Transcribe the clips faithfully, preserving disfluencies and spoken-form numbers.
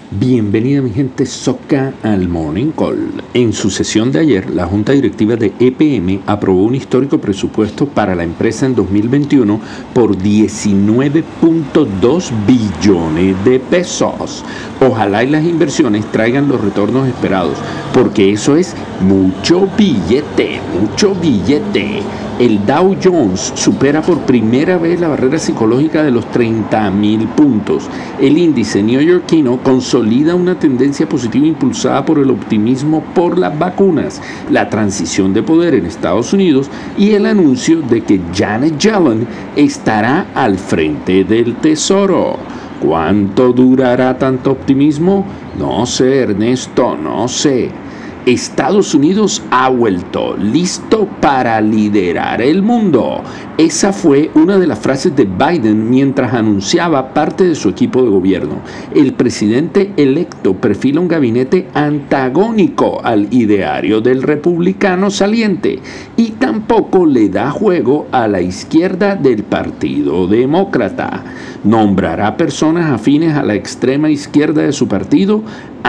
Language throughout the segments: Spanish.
Bienvenida mi gente soca al Morning Call. En su sesión de ayer, la Junta Directiva de E P M aprobó un histórico presupuesto para la empresa en dos mil veintiuno por diecinueve punto dos billones de pesos. Ojalá y las inversiones traigan los retornos esperados, porque eso es mucho billete, mucho billete. El Dow Jones supera por primera vez la barrera psicológica de los treinta mil puntos. El índice neoyorquino consolida una tendencia positiva impulsada por el optimismo por las vacunas, la transición de poder en Estados Unidos y el anuncio de que Janet Yellen estará al frente del Tesoro. ¿Cuánto durará tanto optimismo? No sé, Ernesto, no sé. Estados Unidos ha vuelto listo para liderar el mundo. Esa fue una de las frases de Biden mientras anunciaba parte de su equipo de gobierno. El presidente electo perfila un gabinete antagónico al ideario del republicano saliente y tampoco le da juego a la izquierda del Partido Demócrata. Nombrará personas afines a la extrema izquierda de su partido.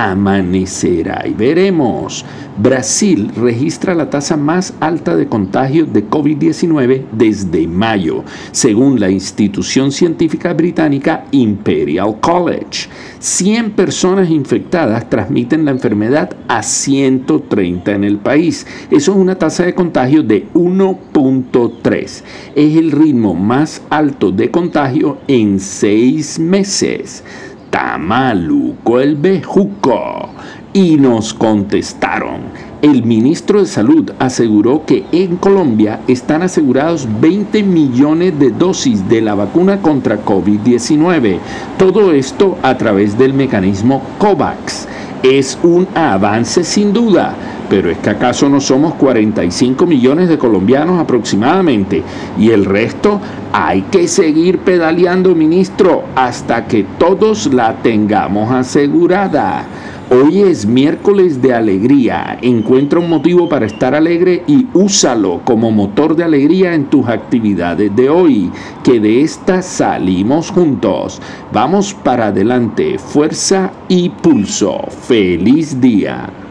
Amanecerá y veremos. Brasil registra la tasa más alta de contagio de COVID diecinueve desde mayo, según la institución científica británica Imperial College. cien personas infectadas transmiten la enfermedad a ciento treinta en el país. Eso es una tasa de contagio de uno punto tres. Es el ritmo más alto de contagio en seis meses. Está maluco el bejuco. Y nos contestaron. El ministro de Salud aseguró que en Colombia están asegurados veinte millones de dosis de la vacuna contra COVID diecinueve. Todo esto a través del mecanismo COVAX. Es un avance sin duda, pero ¿es que acaso no somos cuarenta y cinco millones de colombianos aproximadamente? Y el resto hay que seguir pedaleando, ministro, hasta que todos la tengamos asegurada. Hoy es miércoles de alegría. Encuentra un motivo para estar alegre y úsalo como motor de alegría en tus actividades de hoy, que de esta salimos juntos. Vamos para adelante, fuerza y pulso. ¡Feliz día!